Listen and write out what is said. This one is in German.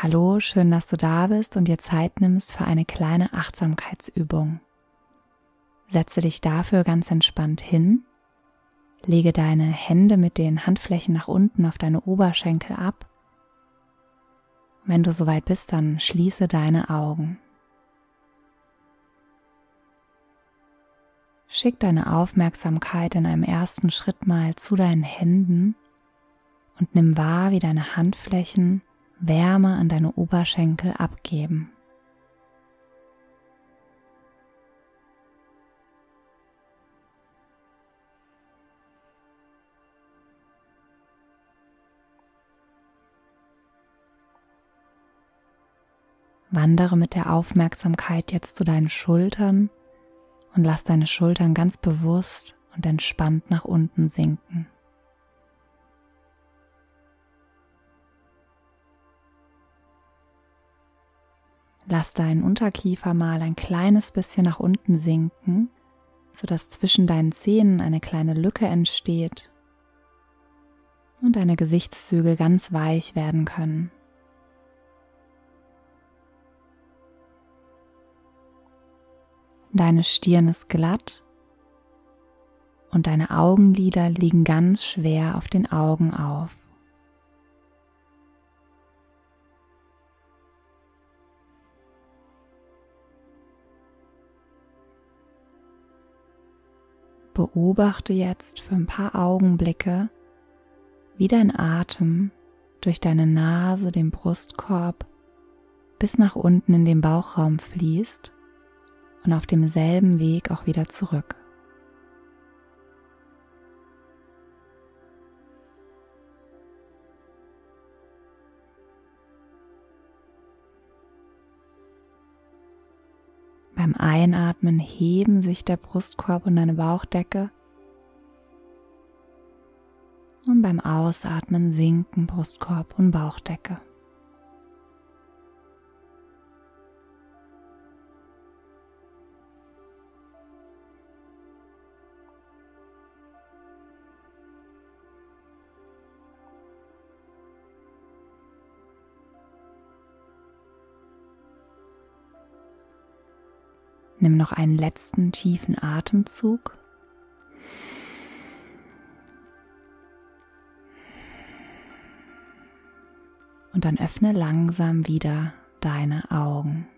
Hallo, schön, dass du da bist und dir Zeit nimmst für eine kleine Achtsamkeitsübung. Setze dich dafür ganz entspannt hin, lege deine Hände mit den Handflächen nach unten auf deine Oberschenkel ab. Wenn du soweit bist, dann schließe deine Augen. Schick deine Aufmerksamkeit in einem ersten Schritt mal zu deinen Händen und nimm wahr, wie deine Handflächen Wärme an deine Oberschenkel abgeben. Wandere mit der Aufmerksamkeit jetzt zu deinen Schultern und lass deine Schultern ganz bewusst und entspannt nach unten sinken. Lass deinen Unterkiefer mal ein kleines bisschen nach unten sinken, sodass zwischen deinen Zähnen eine kleine Lücke entsteht und deine Gesichtszüge ganz weich werden können. Deine Stirn ist glatt und deine Augenlider liegen ganz schwer auf den Augen auf. Beobachte jetzt für ein paar Augenblicke, wie dein Atem durch deine Nase, den Brustkorb bis nach unten in den Bauchraum fließt und auf demselben Weg auch wieder zurück. Beim Einatmen heben sich der Brustkorb und deine Bauchdecke und beim Ausatmen sinken Brustkorb und Bauchdecke. Nimm noch einen letzten tiefen Atemzug. Und dann öffne langsam wieder deine Augen.